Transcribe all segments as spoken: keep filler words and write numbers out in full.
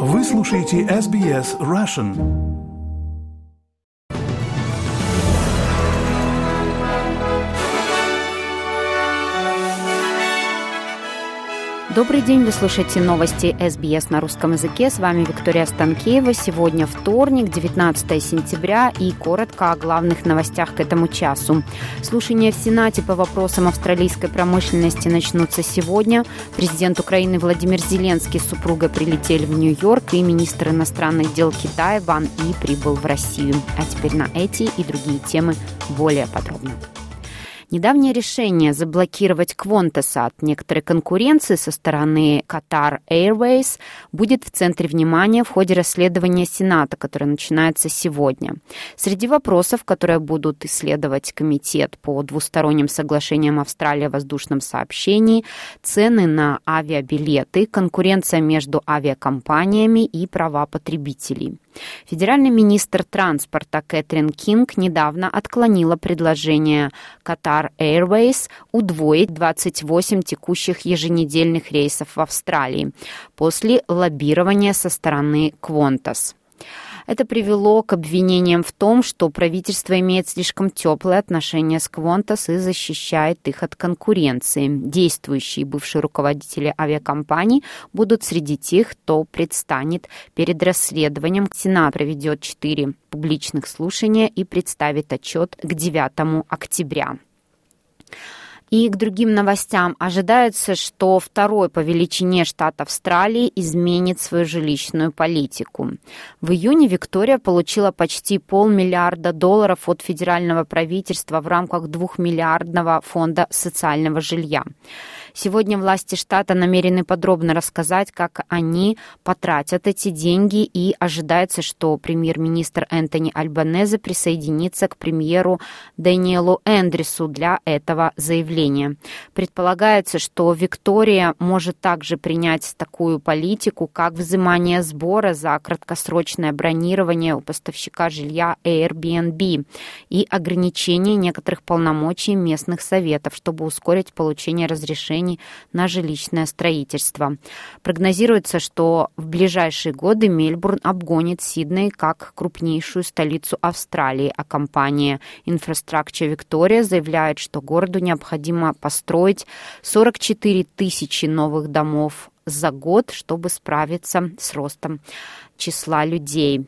Вы слушаете эс би эс Russian. Добрый день, вы слушаете новости эс би эс на русском языке. С вами Виктория Станкеева. Сегодня вторник, девятнадцатое сентября, и коротко о главных новостях к этому часу. Слушания в Сенате по вопросам австралийской промышленности начнутся сегодня. Президент Украины Владимир Зеленский с супругой прилетели в Нью-Йорк, и министр иностранных дел Китая Ван И прибыл в Россию. А теперь на эти и другие темы более подробно. Недавнее решение заблокировать Qantas от некоторой конкуренции со стороны Qatar Airways будет в центре внимания в ходе расследования Сената, которое начинается сегодня. Среди вопросов, которые будут исследовать Комитет по двусторонним соглашениям Австралии о воздушном сообщении, цены на авиабилеты, конкуренция между авиакомпаниями и права потребителей. Федеральный министр транспорта Кэтрин Кинг недавно отклонила предложение Qatar Airways удвоить двадцать восемь текущих еженедельных рейсов в Австралии после лоббирования со стороны Qantas. Это привело к обвинениям в том, что правительство имеет слишком теплые отношения с Qantas и защищает их от конкуренции. Действующие бывшие руководители авиакомпаний будут среди тех, кто предстанет перед расследованием. Сенат проведет четыре публичных слушания и представит отчет к девятому октября. И к другим новостям. Ожидается, что второй по величине штат Австралии изменит свою жилищную политику. В июне Виктория получила почти полмиллиарда долларов от федерального правительства в рамках двухмиллиардного фонда социального жилья. Сегодня власти штата намерены подробно рассказать, как они потратят эти деньги, и ожидается, что премьер-министр Энтони Альбанезе присоединится к премьеру Дэниелу Эндрюсу для этого заявления. Предполагается, что Виктория может также принять такую политику, как взимание сбора за краткосрочное бронирование у поставщика жилья Airbnb и ограничение некоторых полномочий местных советов, чтобы ускорить получение разрешений на жилищное строительство. Прогнозируется, что в ближайшие годы Мельбурн обгонит Сидней как крупнейшую столицу Австралии, а компания Infrastructure Victoria заявляет, что городу необходимо построить сорок четыре тысячи новых домов за год, чтобы справиться с ростом числа людей.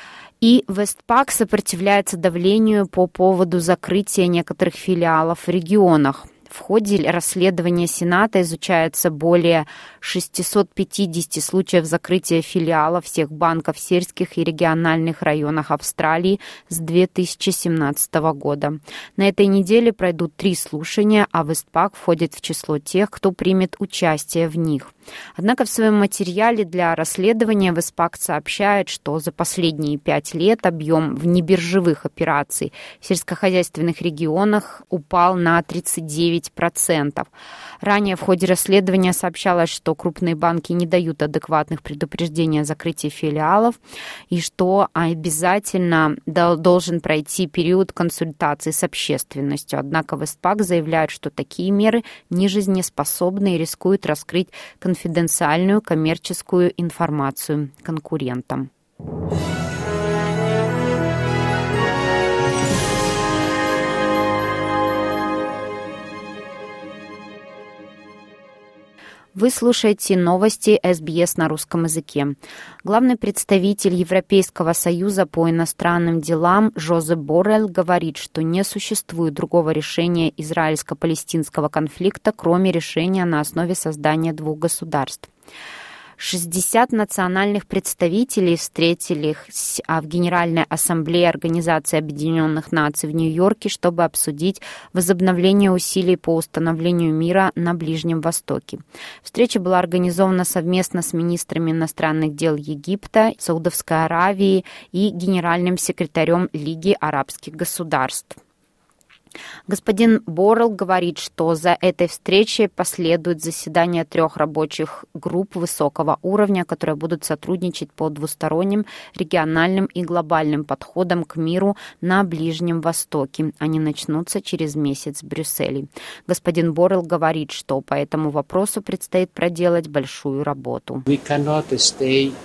И Вестпак сопротивляется давлению по поводу закрытия некоторых филиалов в регионах. В ходе расследования Сената изучается более шестьсот пятьдесят случаев закрытия филиалов всех банков в сельских и региональных районах Австралии с две тысячи семнадцатого года. На этой неделе пройдут три слушания, а Вестпак входит в число тех, кто примет участие в них. Однако в своем материале для расследования Вестпак сообщает, что за последние пять лет объем внебиржевых операций в сельскохозяйственных регионах упал на тридцать девять процентов. Ранее в ходе расследования сообщалось, что крупные банки не дают адекватных предупреждений о закрытии филиалов и что обязательно должен пройти период консультаций с общественностью. Однако Вестпак заявляет, что такие меры не жизнеспособны и рискуют раскрыть конфиденциальную коммерческую информацию конкурентам. Вы слушаете новости эс би эс на русском языке. Главный представитель Европейского союза по иностранным делам Жозеп Боррелл говорит, что не существует другого решения израильско-палестинского конфликта, кроме решения на основе создания двух государств. шестьдесят национальных представителей встретились в Генеральной ассамблее Организации Объединенных Наций в Нью-Йорке, чтобы обсудить возобновление усилий по установлению мира на Ближнем Востоке. Встреча была организована совместно с министрами иностранных дел Египта, Саудовской Аравии и генеральным секретарем Лиги арабских государств. Господин Боррелл говорит, что за этой встречей последует заседание трех рабочих групп высокого уровня, которые будут сотрудничать по двусторонним, региональным и глобальным подходам к миру на Ближнем Востоке. Они начнутся через месяц в Брюсселе. Господин Боррелл говорит, что по этому вопросу предстоит проделать большую работу.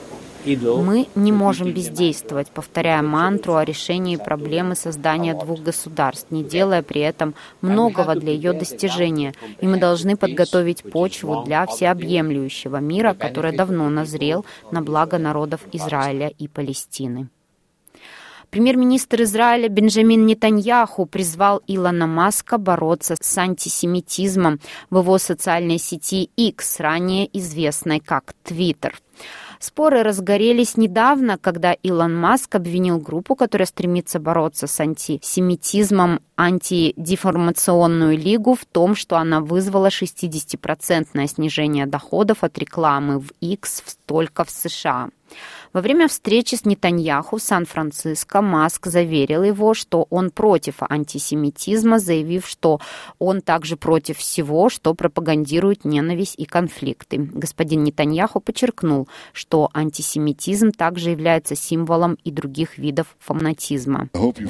Мы не можем бездействовать, повторяя мантру о решении проблемы создания двух государств, не делая при этом многого для ее достижения. И мы должны подготовить почву для всеобъемлющего мира, который давно назрел на благо народов Израиля и Палестины. Премьер-министр Израиля Бенджамин Нетаньяху призвал Илона Маска бороться с антисемитизмом в его социальной сети X, ранее известной как Twitter. Споры разгорелись недавно, когда Илон Маск обвинил группу, которая стремится бороться с антисемитизмом, антидеформационную лигу, в том, что она вызвала шестидесятипроцентное снижение доходов от рекламы в X только в США. Во время встречи с Нетаньяху в Сан-Франциско Маск заверил его, что он против антисемитизма, заявив, что он также против всего, что пропагандирует ненависть и конфликты. Господин Нетаньяху подчеркнул, что антисемитизм также является символом и других видов фанатизма.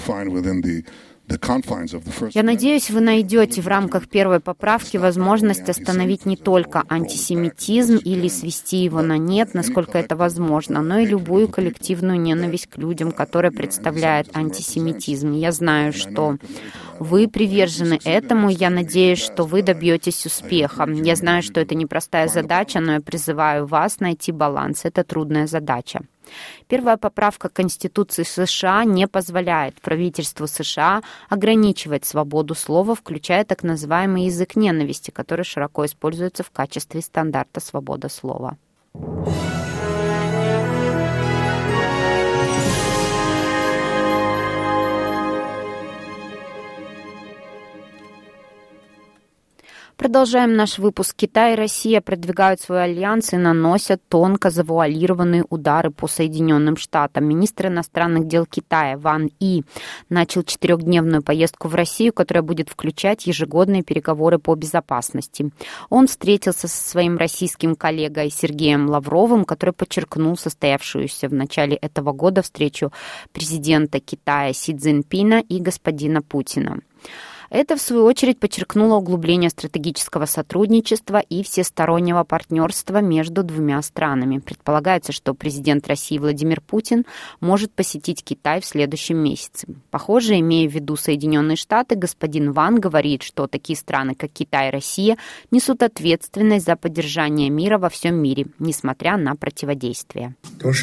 Я надеюсь, вы найдете в рамках первой поправки возможность остановить не только антисемитизм или свести его на нет, насколько это возможно, но и любую коллективную ненависть к людям, которая представляет антисемитизм. Я знаю, что вы привержены этому, и я надеюсь, что вы добьетесь успеха. Я знаю, что это непростая задача, но я призываю вас найти баланс. Это трудная задача. Первая поправка Конституции США не позволяет правительству США ограничивать свободу слова, включая так называемый язык ненависти, который широко используется в качестве стандарта свободы слова. Продолжаем наш выпуск. Китай и Россия продвигают свой альянс и наносят тонко завуалированные удары по Соединенным Штатам. Министр иностранных дел Китая Ван И начал четырехдневную поездку в Россию, которая будет включать ежегодные переговоры по безопасности. Он встретился со своим российским коллегой Сергеем Лавровым, который подчеркнул состоявшуюся в начале этого года встречу президента Китая Си Цзиньпина и господина Путина. Это, в свою очередь, подчеркнуло углубление стратегического сотрудничества и всестороннего партнерства между двумя странами. Предполагается, что президент России Владимир Путин может посетить Китай в следующем месяце. Похоже, имея в виду Соединенные Штаты, господин Ван говорит, что такие страны, как Китай и Россия, несут ответственность за поддержание мира во всем мире, несмотря на противодействие.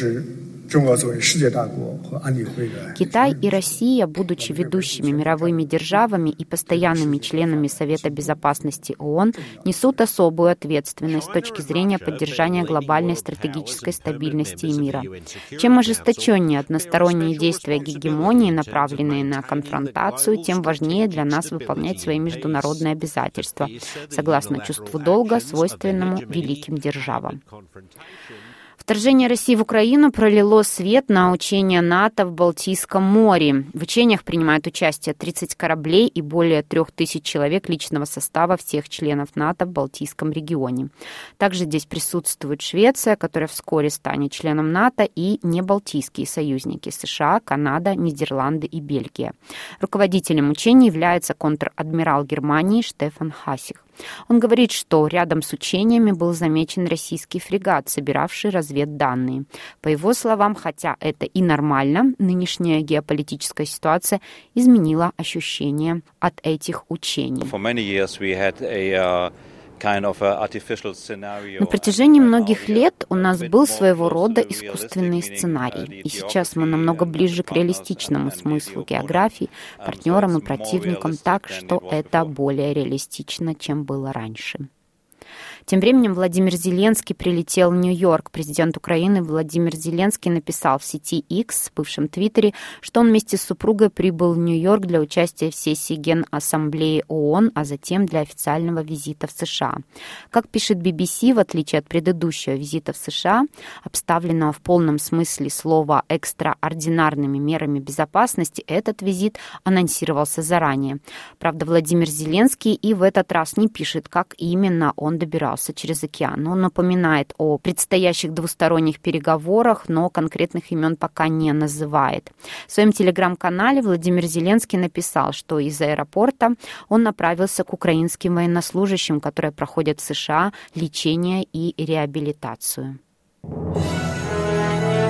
Китай и Россия, будучи ведущими мировыми державами и постоянными членами Совета Безопасности ООН, несут особую ответственность с точки зрения поддержания глобальной стратегической стабильности и мира. Чем ожесточеннее односторонние действия гегемонии, направленные на конфронтацию, тем важнее для нас выполнять свои международные обязательства, согласно чувству долга, свойственному великим державам. Вторжение России в Украину пролило свет на учения НАТО в Балтийском море. В учениях принимают участие тридцать кораблей и более трех тысяч человек личного состава всех членов НАТО в Балтийском регионе. Также здесь присутствует Швеция, которая вскоре станет членом НАТО, и небалтийские союзники США, Канада, Нидерланды и Бельгия. Руководителем учений является контр-адмирал Германии Штефан Хасих. Он говорит, что рядом с учениями был замечен российский фрегат, собиравший разведданные. По его словам, хотя это и нормально, нынешняя геополитическая ситуация изменила ощущение от этих учений. На протяжении многих лет у нас был своего рода искусственный сценарий, и сейчас мы намного ближе к реалистичному смыслу географии, партнерам и противникам, так что это более реалистично, чем было раньше. Тем временем Владимир Зеленский прилетел в Нью-Йорк. Президент Украины Владимир Зеленский написал в сети X, бывшем Твиттере, что он вместе с супругой прибыл в Нью-Йорк для участия в сессии Генассамблеи ООН, а затем для официального визита в США. Как пишет би би си, в отличие от предыдущего визита в США, обставленного в полном смысле слова экстраординарными мерами безопасности, этот визит анонсировался заранее. Правда, Владимир Зеленский и в этот раз не пишет, как именно он добирался через океан. Он напоминает о предстоящих двусторонних переговорах, но конкретных имен пока не называет. В своем телеграм-канале Владимир Зеленский написал, что из аэропорта он направился к украинским военнослужащим, которые проходят в США лечение и реабилитацию.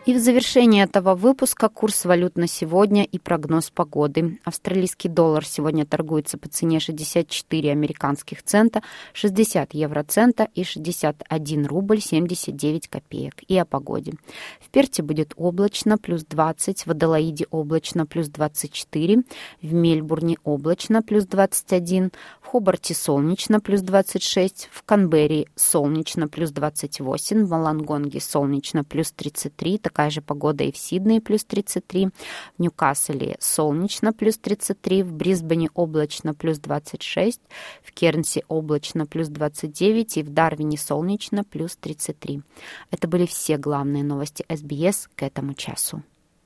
И в завершении этого выпуска курс валют на сегодня и прогноз погоды. Австралийский доллар сегодня торгуется по цене шестьдесят четыре американских цента, шестьдесят евроцента и шестьдесят один рубль семьдесят девять копеек. И о погоде. В Перте будет облачно, плюс двадцать, в Аделаиде облачно, плюс двадцать четыре, в Мельбурне облачно, плюс двадцать один, в Хобарте солнечно, плюс двадцать шесть, в Канберре солнечно, плюс двадцать восемь, в Волонгонге солнечно, плюс тридцать три, такая же погода и в Сиднее, плюс тридцать три, в Ньюкасле солнечно, плюс тридцать три, в Брисбене облачно, плюс двадцать шесть, в Кернсе облачно, плюс двадцать девять и в Дарвине солнечно, плюс тридцать три. Это были все главные новости эс би эс к этому часу.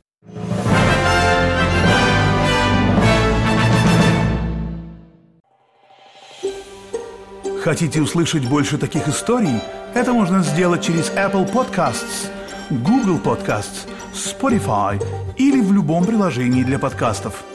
Хотите услышать больше таких историй? Это можно сделать через Apple Podcasts, Google Podcasts, Spotify или в любом приложении для подкастов.